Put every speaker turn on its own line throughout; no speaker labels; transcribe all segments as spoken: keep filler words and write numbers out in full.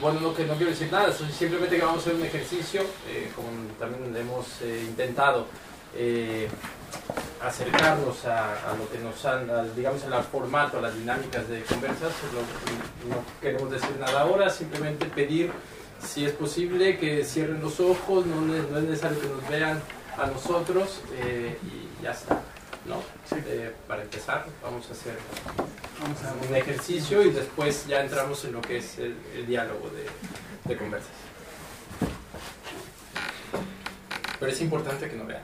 Bueno, no, que no quiero decir nada, simplemente que vamos a hacer un ejercicio, eh, como también hemos eh, intentado eh, acercarnos a, a lo que nos han, a, digamos, al formato, a las dinámicas de conversas. No, no queremos decir nada ahora, simplemente pedir, si es posible, que cierren los ojos, no, no es necesario que nos vean a nosotros, eh, y ya está, ¿no? Sí. Eh, para empezar, vamos a hacer vamos a un ejercicio y después ya entramos en lo que es el, el diálogo de, de conversas. Pero es importante que no vean.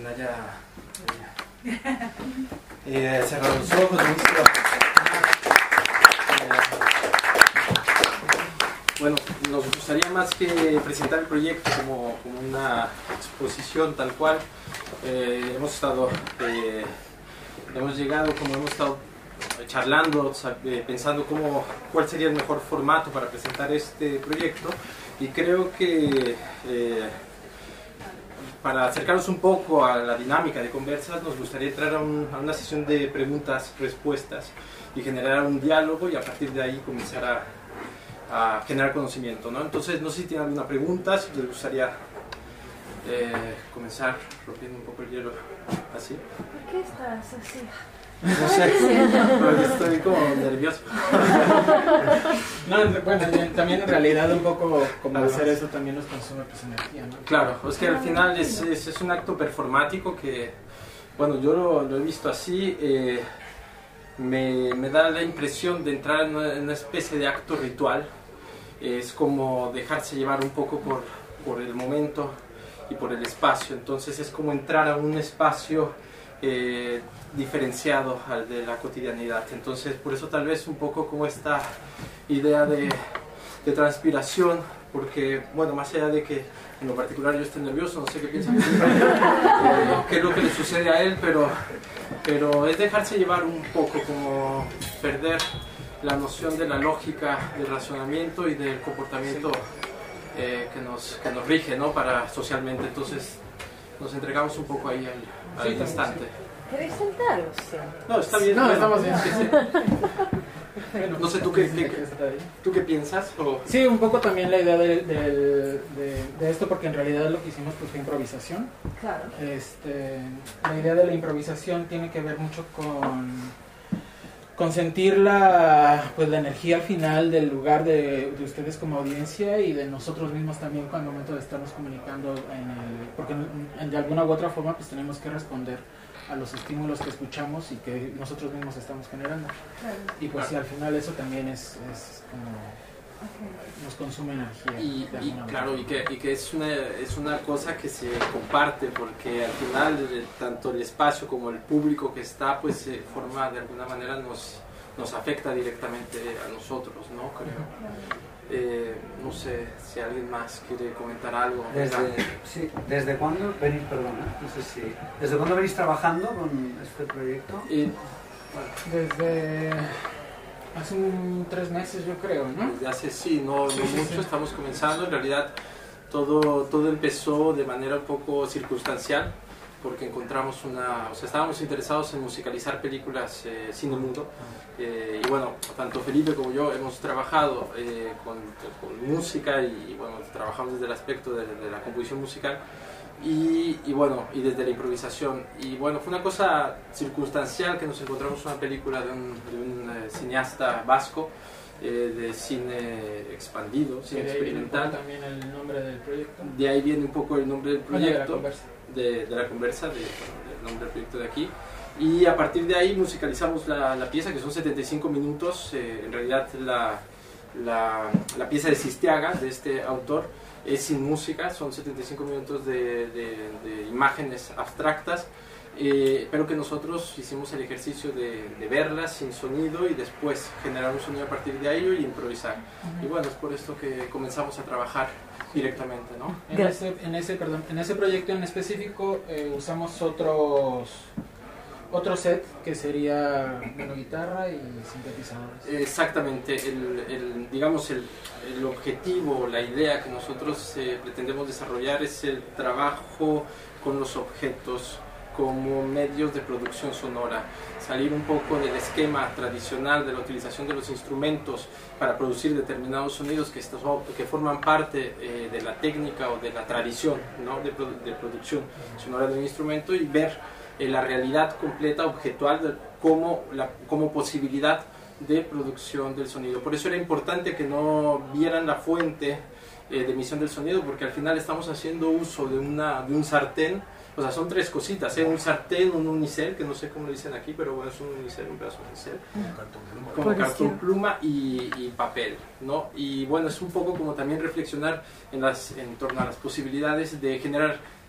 quien haya eh, eh, cerrado los ojos. Bueno, nos gustaría más que presentar el proyecto como, como una exposición tal cual. Eh, hemos estado, eh, hemos llegado, como hemos estado charlando, eh, pensando cómo, cuál sería el mejor formato para presentar este proyecto, y creo que eh, para acercarnos un poco a la dinámica de conversas nos gustaría entrar a, un, a una sesión de preguntas-respuestas y generar un diálogo, y a partir de ahí comenzar a a generar conocimiento, ¿no? Entonces, no sé si tienen alguna pregunta, si les gustaría eh, comenzar rompiendo un poco el hielo así.
¿Por qué estás así?
No sé, porque estoy como nervioso.
No, bueno, también en realidad un poco como hacer eso también nos consume pues energía, ¿no?
Claro, es que al final es, es, es un acto performático que, bueno, yo lo, lo he visto así, eh, me, me da la impresión de entrar en una, en una especie de acto ritual. Es como dejarse llevar un poco por, por el momento y por el espacio. Entonces es como entrar a un espacio eh, diferenciado al de la cotidianidad. Entonces por eso tal vez un poco como esta idea de, de transpiración, porque bueno, más allá de que en lo particular yo esté nervioso, no sé qué piensa, eh, qué es lo que le sucede a él, pero, pero es dejarse llevar un poco, como perder la noción de la lógica, del razonamiento y del comportamiento eh, que, nos, que nos rige, ¿no? Para socialmente. Entonces nos entregamos un poco ahí al, al sí, instante.
¿Queréis sentaros?
No, está bien.
No,
bueno,
estamos bien.
Sí, sí. Bueno, no sé, ¿tú qué, qué, ¿tú qué piensas? O...
Sí, un poco también la idea de, de, de, de esto, porque en realidad lo que hicimos pues, fue improvisación.
Claro.
Este, la idea de la improvisación tiene que ver mucho con... con sentir la, pues, la energía al final del lugar de, de ustedes como audiencia y de nosotros mismos también al momento de estarnos comunicando en el, porque en, de alguna u otra forma pues tenemos que responder a los estímulos que escuchamos y que nosotros mismos estamos generando.
Claro.
Y pues sí, al final eso también es, es como okay. nos consume energía.
Y, y claro, y que, y que es, una, es una cosa que se comparte, porque al final tanto el espacio como el público que está, pues se forma de alguna manera, nos, nos afecta directamente a nosotros, ¿no? Creo. Eh, no sé si alguien más quiere comentar algo.
Desde, sí, ¿desde cuándo venís, perdona, no sé si, ¿desde cuándo venís trabajando con este proyecto?
Y,
bueno, desde hace un tres meses yo creo, ¿no?
Desde hace sí, no, no sí, sí, mucho, sí. Estamos comenzando. En realidad todo, todo empezó de manera un poco circunstancial, porque encontramos una, o sea, estábamos interesados en musicalizar películas eh, cine mudo, eh, y bueno, tanto Felipe como yo hemos trabajado eh, con, con música y bueno, trabajamos desde el aspecto de, de la composición musical y, y bueno, y desde la improvisación, y bueno, fue una cosa circunstancial que nos encontramos una película de un, de un eh, cineasta vasco, eh, de cine expandido, cine experimental.
También el nombre del proyecto.
De ahí viene un poco el nombre del proyecto.
Bueno,
De, de la conversa, de, del nombre del proyecto de aquí, y a partir de ahí musicalizamos la, la pieza, que son setenta y cinco minutos, eh, en realidad la, la, la pieza de Sistiaga, de este autor, es sin música, son setenta y cinco minutos de, de, de imágenes abstractas, eh, pero que nosotros hicimos el ejercicio de, de verlas sin sonido y después generar un sonido a partir de ello y improvisar. Uh-huh. Y bueno, es por esto que comenzamos a trabajar directamente, ¿no?
En ese, en ese, perdón, en ese proyecto en específico eh, usamos otros otro set que sería, bueno, guitarra y sintetizadores.
Exactamente, el, el, digamos el, el objetivo, la idea que nosotros eh, pretendemos desarrollar es el trabajo con los objetos como medios de producción sonora, salir un poco del esquema tradicional de la utilización de los instrumentos para producir determinados sonidos que, estos, que forman parte eh, de la técnica o de la tradición, ¿no? de, de producción sonora de un instrumento, y ver eh, la realidad completa, objetual, de, como, la, como posibilidad de producción del sonido. Por eso era importante que no vieran la fuente eh, de emisión del sonido, porque al final estamos haciendo uso de, una, de un sartén. O sea, son tres cositas, ¿eh? Un sartén, un unicel, que no sé cómo lo dicen aquí, pero bueno, es un unicel, un pedazo de unicel, como
Por
cartón pluma y, y papel, ¿no? Y bueno, es un poco como también reflexionar en, las, en torno a las posibilidades de generar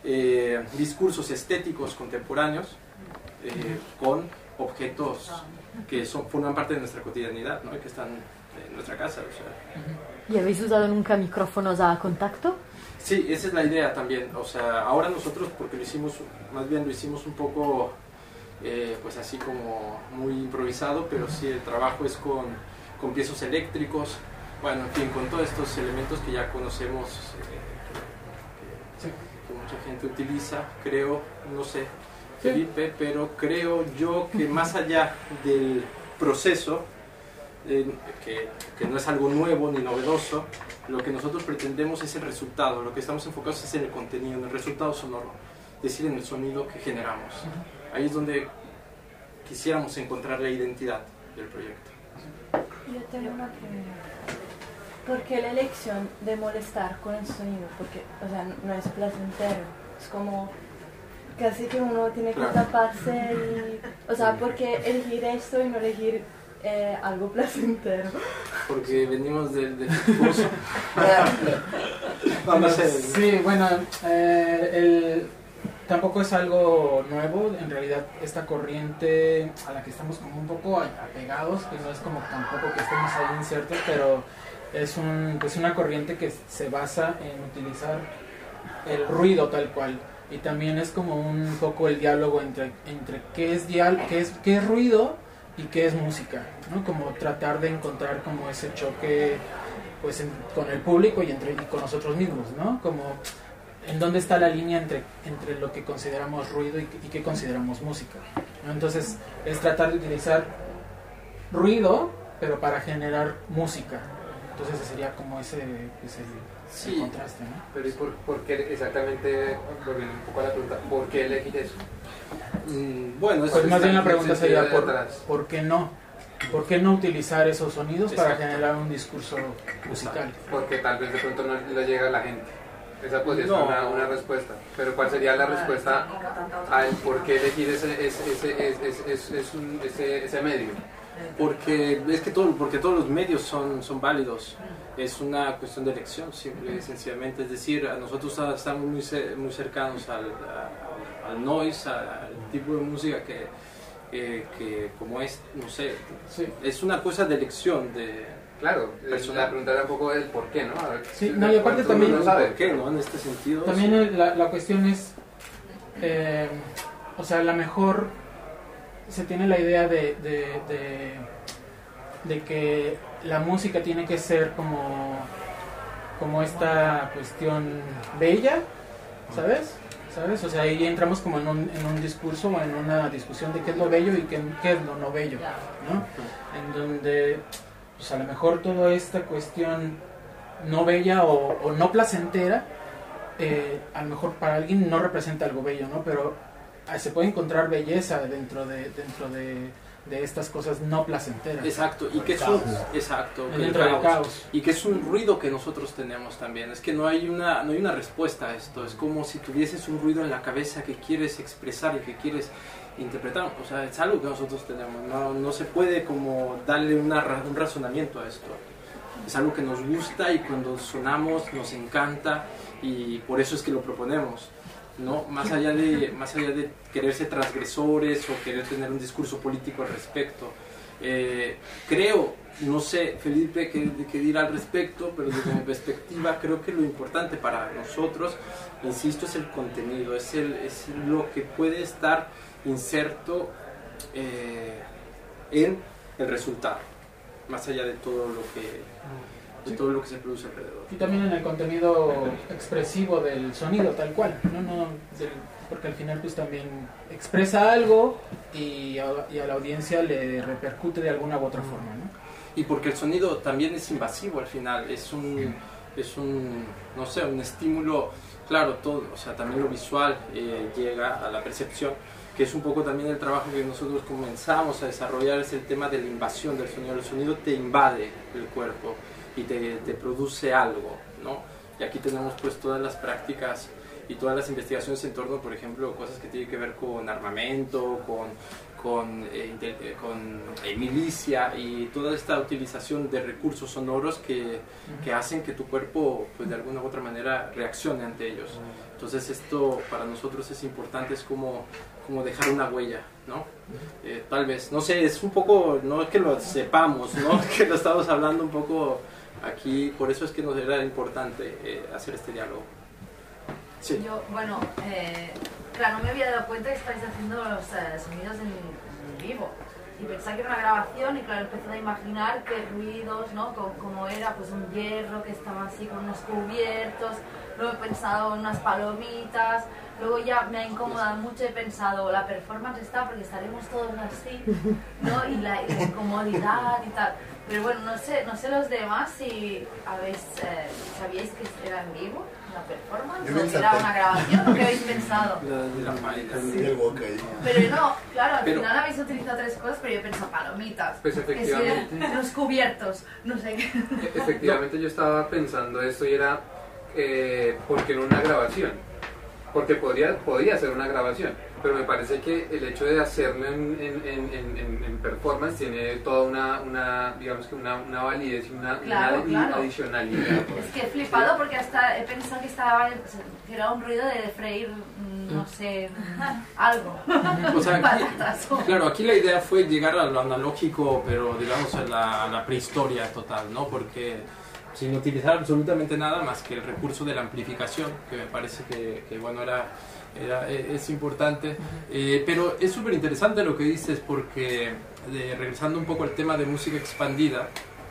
eh, discursos estéticos contemporáneos eh, con objetos que son, forman parte de nuestra cotidianidad, ¿no? Que están en nuestra casa. O sea.
¿Y habéis usado nunca micrófonos a contacto?
Sí, esa es la idea también. O sea, ahora nosotros, porque lo hicimos, más bien lo hicimos un poco, eh, pues así como muy improvisado, pero sí el trabajo es con, con piezos eléctricos, bueno, en fin, con todos estos elementos que ya conocemos, eh, que, que mucha gente utiliza, creo, no sé, Felipe, pero creo yo que más allá del proceso, eh, que, que no es algo nuevo ni novedoso, lo que nosotros pretendemos es el resultado, lo que estamos enfocados es en el contenido, en el resultado sonoro, es decir, en el sonido que generamos. Ahí es donde quisiéramos encontrar la identidad del proyecto.
Yo tengo una pregunta. ¿Por qué la elección de molestar con el sonido? Porque, o sea, no es placentero, es como casi que uno tiene que claro. taparse y, o sea, ¿por qué elegir esto y no elegir eh, algo placentero?
Porque venimos del de pozo.
Vamos a sí, bueno, eh, el, tampoco es algo nuevo, en realidad esta corriente a la que estamos como un poco apegados, que no es como tampoco que estemos ahí insertos, pero es un, pues una corriente que se basa en utilizar el ruido tal cual. Y también es como un poco el diálogo entre, entre qué es dial, qué es, qué es ruido y qué es música, ¿no? Como tratar de encontrar como ese choque pues en, con el público y, entre, y con nosotros mismos, ¿no? Como en dónde está la línea entre, entre lo que consideramos ruido y, y qué consideramos música, ¿no? Entonces es tratar de utilizar ruido pero para generar música. Entonces ese sería como ese, ese
sí,
el
contraste, ¿no? Pero ¿y por, por qué exactamente, volviendo un poco a la pregunta, por qué elegir eso?
Mm, bueno,
pues más bien la pregunta sería por, ¿por qué no? ¿Por qué no utilizar esos sonidos Exacto. para generar un discurso musical?
Porque tal vez de pronto no le llega a la gente. Esa podría ser no. una, una respuesta. Pero ¿cuál sería la respuesta al por qué elegir ese, ese, ese, ese, ese, ese, ese, ese medio?
Porque es que todo, porque todos los medios son, son válidos. Es una cuestión de elección, simple y sencillamente. Es decir, a nosotros estamos muy, muy cercanos al, a, al noise, al tipo de música que, eh, que como es, no sé, sí. es una cosa de elección de
claro, personal. La pregunta era un poco el por qué, ¿no? A ver,
sí, no, y aparte también
no sabe por qué, ¿no? En este sentido.
También
sí.
la, la cuestión es, eh, o sea, la mejor se tiene la idea de, de, de, de que la música tiene que ser como, como esta cuestión bella, ¿sabes? ¿Sabes? O sea, ahí entramos como en un, en un discurso o en una discusión de qué es lo bello y qué, qué es lo no bello, ¿no? En donde, pues a lo mejor toda esta cuestión no bella o, o no placentera, eh, a lo mejor para alguien no representa algo bello, ¿no? Pero se puede encontrar belleza dentro de dentro de, de estas cosas no placenteras.
Exacto, y que es un, exacto, que
dentro del caos.
Y que es un ruido que nosotros tenemos también. Es que no hay una no hay una respuesta a esto. Es como si tuvieses un ruido en la cabeza que quieres expresar y que quieres interpretar. O sea, es algo que nosotros tenemos. No, no se puede como darle una, un razonamiento a esto. Es algo que nos gusta y cuando sonamos nos encanta y por eso es que lo proponemos. ¿No? Más allá de más allá de querer ser transgresores o querer tener un discurso político al respecto, eh, creo, no sé Felipe qué, qué dirá al respecto, pero desde mi perspectiva creo que lo importante para nosotros, insisto, es el contenido, es, el, es lo que puede estar inserto eh, en el resultado, más allá de todo lo que de sí. todo lo que se produce alrededor.
Y también en el contenido expresivo del sonido, tal cual, ¿no? No, del, porque al final pues también expresa algo y a, y a la audiencia le repercute de alguna u otra forma, ¿no?
Y porque el sonido también es invasivo al final, es un, es un no sé, un estímulo, claro, todo, o sea, también lo visual eh, llega a la percepción, que es un poco también el trabajo que nosotros comenzamos a desarrollar, es el tema de la invasión del sonido. El sonido te invade el cuerpo y te, te produce algo, ¿no? Y aquí tenemos pues todas las prácticas y todas las investigaciones en torno, por ejemplo, cosas que tienen que ver con armamento, con, con, eh, de, con eh, milicia y toda esta utilización de recursos sonoros que, que hacen que tu cuerpo, pues de alguna u otra manera, reaccione ante ellos. Entonces esto para nosotros es importante, es como, como dejar una huella, ¿no? Eh, tal vez, no sé, es un poco, no es que lo sepamos, ¿no? Que lo estamos hablando un poco aquí, por eso es que nos era importante eh, hacer este diálogo. Sí.
Yo, bueno, eh, claro, no me había dado cuenta que estáis haciendo los eh, sonidos en, en vivo. Y pensaba que era una grabación y claro, empecé a imaginar qué ruidos, ¿no? Como, como era pues un hierro que estaba así con unos cubiertos, luego he pensado en unas palomitas, luego ya me ha incomodado mucho, he pensado la performance está porque estaremos todos así, ¿no? Y la, y la incomodidad y tal. Pero bueno, no sé, no sé los demás si habéis, eh, sabíais que era en vivo la performance o que era una grabación o qué habéis pensado.
La, la paleta.
Sí. El boca ahí.
Pero no, claro, al
Pero,
final habéis utilizado tres cosas, pero yo he pensado palomitas.
Pues efectivamente.
Que si los cubiertos, no sé qué.
Efectivamente yo estaba pensando esto y era, eh, ¿por qué no una grabación? Porque podría, podría ser una grabación, pero me parece que el hecho de hacerlo en, en, en, en, en performance tiene toda una, una digamos que una, una validez y una,
Claro,
una
claro.
adicionalidad.
Es que he flipado porque hasta he pensado que estaba que era un ruido de freír, no sé, algo.
O sea, aquí,
Patatas o-
claro, aquí la idea fue llegar a lo analógico, pero digamos a la, a la prehistoria total, ¿no? Porque sin utilizar absolutamente nada más que el recurso de la amplificación, que me parece que, que bueno, era, era, es importante. Eh, pero es súper interesante lo que dices porque, de, regresando un poco al tema de música expandida,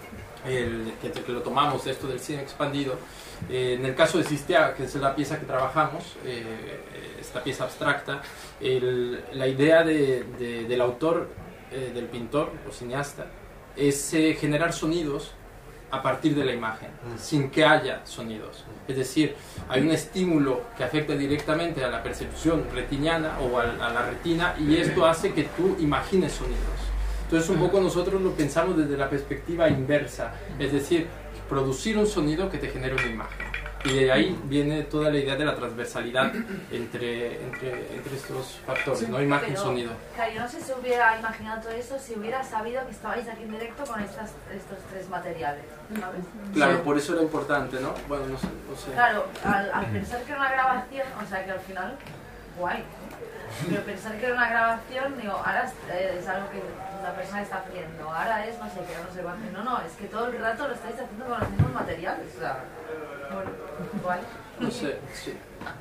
el, que, que lo tomamos de esto del cine expandido, eh, en el caso de Sistiaga, que es la pieza que trabajamos, eh, esta pieza abstracta, el, la idea de, de, del autor, eh, del pintor o cineasta, es eh, generar sonidos a partir de la imagen, sin que haya sonidos. Es decir, hay un estímulo que afecta directamente a la percepción retiniana o a, a la retina y esto hace que tú imagines sonidos. Entonces un poco nosotros lo pensamos desde la perspectiva inversa, es decir, producir un sonido que te genere una imagen. Y de ahí viene toda la idea de la transversalidad entre, entre, entre estos factores, ¿no? Imagen y
Pero,
sonido.
claro, yo no sé si hubiera imaginado todo eso si hubiera sabido que estabais aquí en directo con estas, estos tres materiales, ¿sabes?
Claro,
Sí.
por eso era importante, ¿no? Bueno, no sé. No sé.
Claro, al, al pensar que era una grabación, o sea que al final, guay. Pero pensar que era una grabación, digo, ahora es, eh, es algo que la persona está haciendo, ahora es no sé qué, no sé cuánto. No, no, es que todo el rato lo estáis haciendo con los mismos materiales, o sea, bueno, guay.
No sé, sí.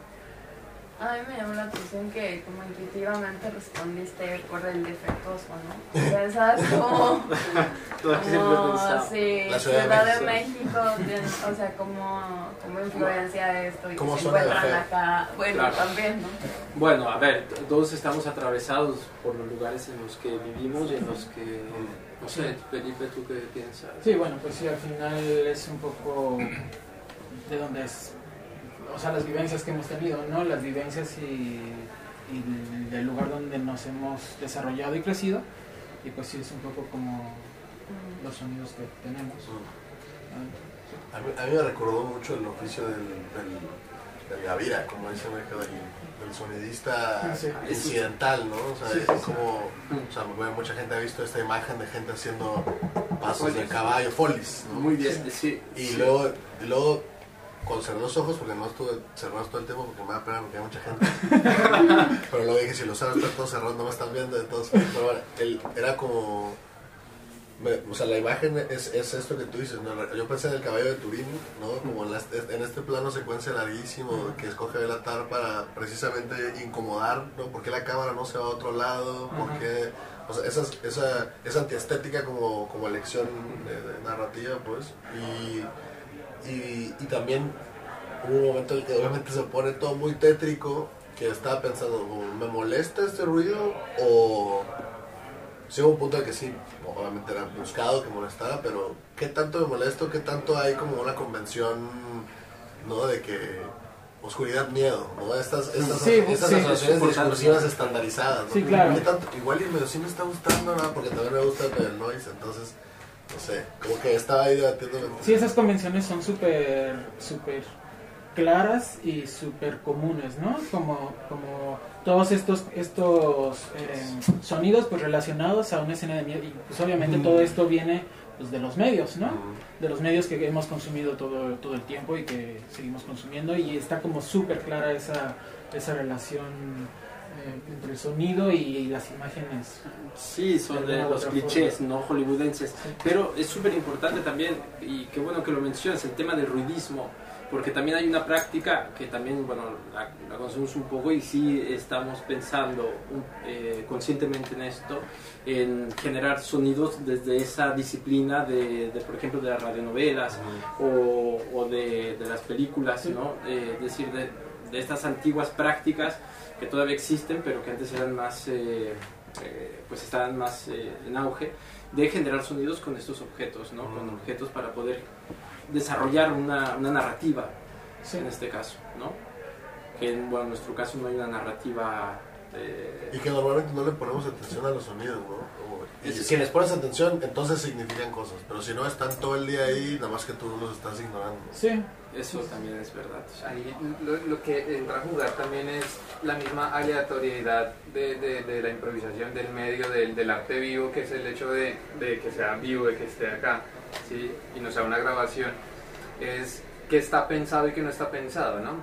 A mí me llamó la atención que como intuitivamente respondiste por el defectuoso, ¿no? O sea, ¿sabes? Como,
Lo que siempre he
como
pensado.
sí,
La Ciudad de
Ciudad de
México.
México, bien, o sea, como, como influencia de esto y que
¿Cómo
se
suena de
encuentran
feo?
acá, bueno,
Claro.
también, ¿no?
Bueno, a ver, t- todos estamos atravesados por los lugares en los que vivimos y en los que, no sé, Felipe, ¿tú qué piensas?
Sí, bueno, pues sí, al final es un poco de donde es, o sea, las vivencias que hemos tenido, ¿no? Las vivencias y, y el lugar donde nos hemos desarrollado y crecido, y pues sí, es un poco como los sonidos que tenemos.
A mí, a mí me recordó mucho el oficio del, del, del Gavira, como dice México, del, del sonidista
Sí.
incidental, ¿no? O sea,
Sí,
es
sí, sí.
como, o sea, bueno, mucha gente ha visto esta imagen de gente haciendo pasos de caballo, folies, ¿no?
Muy bien, sí.
Y
sí.
luego, y luego con cerrados ojos, porque no estuve cerrados todo el tiempo porque me da pena porque hay mucha gente. Pero luego dije, si los ojos están todos cerrados no me están viendo, entonces, pero bueno, él era como, me- o sea, la imagen es, es esto que tú dices, ¿no? Yo pensé en el caballo de Turín, ¿no? Como en, la- en este plano secuencia larguísimo que escoge Belatar para precisamente incomodar, ¿no? ¿Por qué la cámara no se va a otro lado? ¿Por qué? O sea, esa, esa, esa antiestética como, como elección de, de narrativa, pues, y... Y, y también hubo un momento en el que obviamente se pone todo muy tétrico, que estaba pensando, ¿me molesta este ruido? O sí, hubo un punto en que sí, obviamente era buscado que molestara, pero ¿qué tanto me molesto? ¿Qué tanto hay como una convención, ¿no? De que oscuridad, miedo, ¿no? Estas, estas,
Sí,
estas
sí.
asociaciones discursivas estandarizadas, ¿no?
Sí, claro.
¿Qué tanto? Igual y me, sí me está gustando, ¿no? Porque también me gusta el noise, entonces... No sé, como que estaba ahí debatiendo.
Sí, esas convenciones son súper, súper claras y súper comunes, ¿no? Como, como todos estos, estos eh, sonidos pues relacionados a una escena de miedo. Y pues obviamente mm. todo esto viene pues, de los medios, ¿no? De los medios que hemos consumido todo, todo el tiempo y que seguimos consumiendo, y está como súper clara esa, esa relación eh, entre el sonido y, y las imágenes.
Sí, son de, de los clichés forma. no hollywoodenses, sí. Pero es súper importante también, y qué bueno que lo mencionas, el tema del ruidismo, porque también hay una práctica que también, bueno, la, la conocemos un poco y sí estamos pensando eh, conscientemente en esto, en generar sonidos desde esa disciplina de, de por ejemplo, de las radionovelas mm. o, o de, de las películas, ¿no? Eh, es decir, de, de estas antiguas prácticas que todavía existen, pero que antes eran más, eh, eh, pues estaban más eh, en auge, de generar sonidos con estos objetos, ¿no? Mm. Con objetos para poder desarrollar una, una narrativa, sí. En este caso, ¿no? Que bueno, en nuestro caso no hay una narrativa... Eh...
Y que normalmente no le ponemos atención a los sonidos, ¿no? Como, y si les pones atención, entonces significan cosas, pero si no, están todo el día ahí, nada más que tú los estás ignorando.
Sí.
Eso también es verdad.
Ahí lo, lo que entra a jugar también es la misma aleatoriedad de, de, de la improvisación, del medio, del, del arte vivo, que es el hecho de, de que sea vivo, de que esté acá, ¿sí? Y no sea una grabación. Es que está pensado y que no está pensado, ¿no?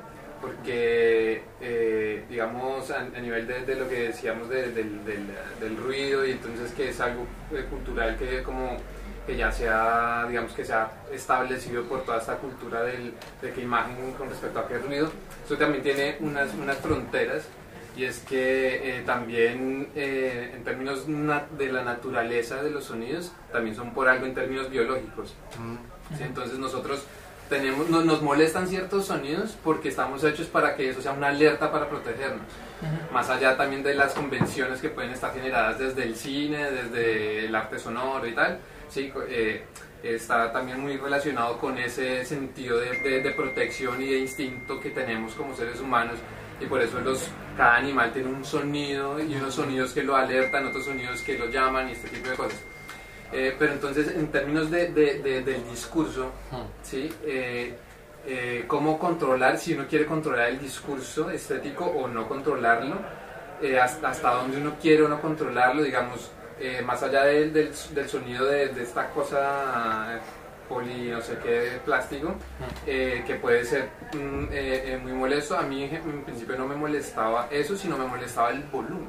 Porque, eh, digamos, a, a nivel de, de lo que decíamos de, del, del, del ruido, y entonces que es algo eh, cultural que como... que ya se ha, digamos que se ha establecido por toda esta cultura del, de qué imagen con respecto a qué ruido. Eso también tiene unas, unas fronteras, y es que eh, también eh, en términos de la naturaleza de los sonidos, también son por algo en términos biológicos. Mm. ¿Sí? Entonces nosotros tenemos, no, nos molestan ciertos sonidos porque estamos hechos para que eso sea una alerta para protegernos. Uh-huh. Más allá también de las convenciones que pueden estar generadas desde el cine, desde el arte sonoro y tal. Sí, eh, está también muy relacionado con ese sentido de, de, de protección y de instinto que tenemos como seres humanos, y por eso los, cada animal tiene un sonido y unos sonidos que lo alertan, otros sonidos que lo llaman y este tipo de cosas. Eh, pero entonces, en términos de, de, de, del discurso, ¿sí? eh, eh, ¿cómo controlar, si uno quiere controlar el discurso estético o no controlarlo? Eh, hasta, hasta dónde uno quiere o no controlarlo, digamos. Eh, más allá del, del, del sonido de, de esta cosa poli, no sé qué, plástico, eh, que puede ser mm, eh, eh, muy molesto. A mí en principio no me molestaba eso, sino me molestaba el volumen.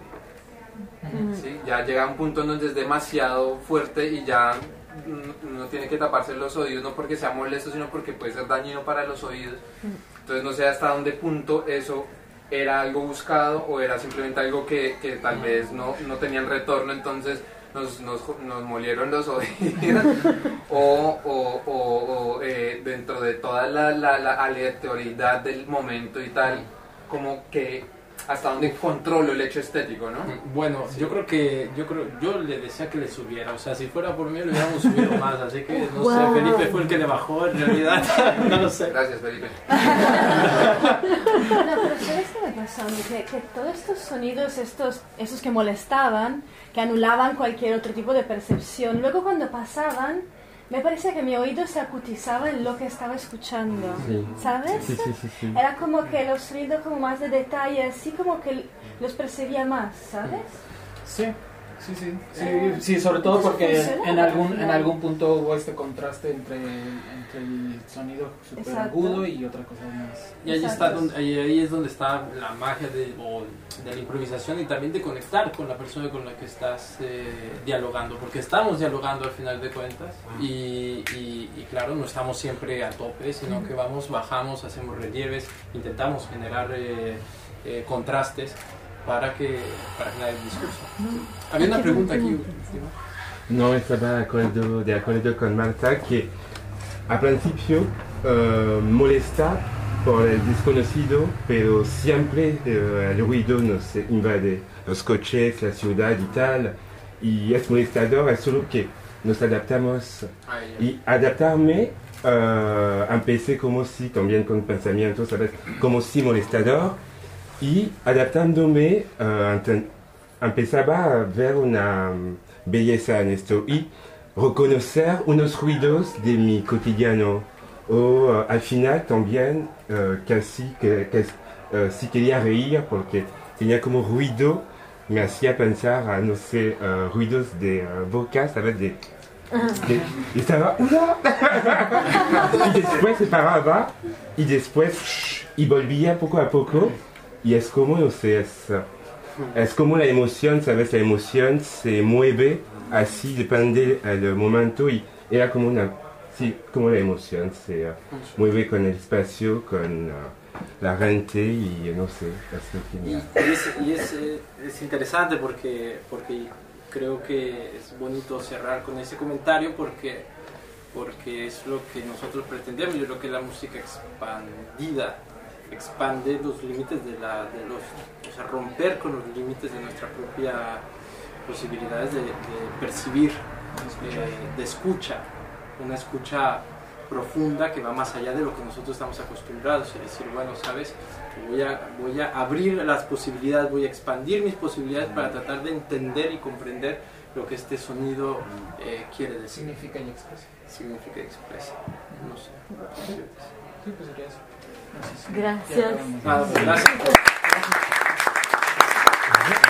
¿Sí? Ya llega un punto en donde es demasiado fuerte y ya uno tiene que taparse los oídos, no porque sea molesto, sino porque puede ser dañino para los oídos. Entonces no sé hasta dónde punto eso era algo buscado o era simplemente algo que, que tal vez no, no tenían retorno, entonces nos, nos, nos molieron los oídos, o, o, o, o eh, dentro de toda la, la, la aleatoriedad del momento y tal, como que hasta dónde controlo el hecho estético, ¿no?
Bueno, sí. yo creo que yo creo yo le decía que le subiera, o sea, si fuera por mí lo hubiéramos subido más, así que no wow. sé, Felipe fue el que le bajó en realidad, no lo sé.
Gracias, Felipe.
No, pero ¿sabes qué me pasó? Que, que todos estos sonidos, estos, esos que molestaban, que anulaban cualquier otro tipo de percepción, luego cuando pasaban, me parecía que mi oído se acutizaba en lo que estaba escuchando, sí. ¿sabes?
Sí, sí, sí, sí.
Era como que los sonidos como más de detalle, así como que los percibía más, ¿sabes?
Sí, sí, sí, sí, eh, sí sobre todo porque en algún, en algún punto hubo este contraste entre, entre el sonido súper agudo y otra cosa más.
Y ahí, está donde, ahí, ahí es donde está la magia de, o, de la improvisación, y también de conectar con la persona con la que estás eh, dialogando, porque estamos dialogando al final de cuentas, y, y, y claro, no estamos siempre a tope, sino que vamos, bajamos, hacemos relieves, intentamos generar eh, eh, contrastes para que para generar el discurso. Había una pregunta aquí.
No, estaba de acuerdo, de acuerdo con Marta que al principio uh, molesta por el desconocido, pero siempre uh, el ruido nos invade, los coches, la ciudad y tal, y es molestador, es solo que nos adaptamos. Y adaptarme uh, empecé como si, también con pensamientos, ¿sabes? Como si molestador, y adaptándome uh, empezaba a ver una belleza en esto y reconocer unos ruidos de mi cotidiano o uh, al final también uh, casi que, que uh, sí quería reír porque tenía como ruido, me hacía pensar a, no sé, uh, ruidos de uh, boca, ¿sabes? De, de, y estaba, ¡Hola! Y después se paraba y después y volvía poco a poco y es como, no sé, es, es como la emoción, ¿sabes? La emoción se mueve así, depende del momento y era como una, sí, como la emoción se uh, mueve con el espacio, con uh, la gente y no sé, es genial.
Y, y, es, y es, es interesante porque, porque creo que es bonito cerrar con ese comentario porque, porque es lo que nosotros pretendemos. Yo creo que la música expandida expande los límites de la, de los, o sea, romper con los límites de nuestra propia posibilidades de, de percibir, eh, de escucha, una escucha profunda que va más allá de lo que nosotros estamos acostumbrados y decir, bueno, sabes, voy a, voy a abrir las posibilidades, voy a expandir mis posibilidades para tratar de entender y comprender lo que este sonido eh, quiere decir.
Significa y expresa.
Significa y expresa. No sé.
Sí, pues sería eso.
Gracias.
Ah, gracias.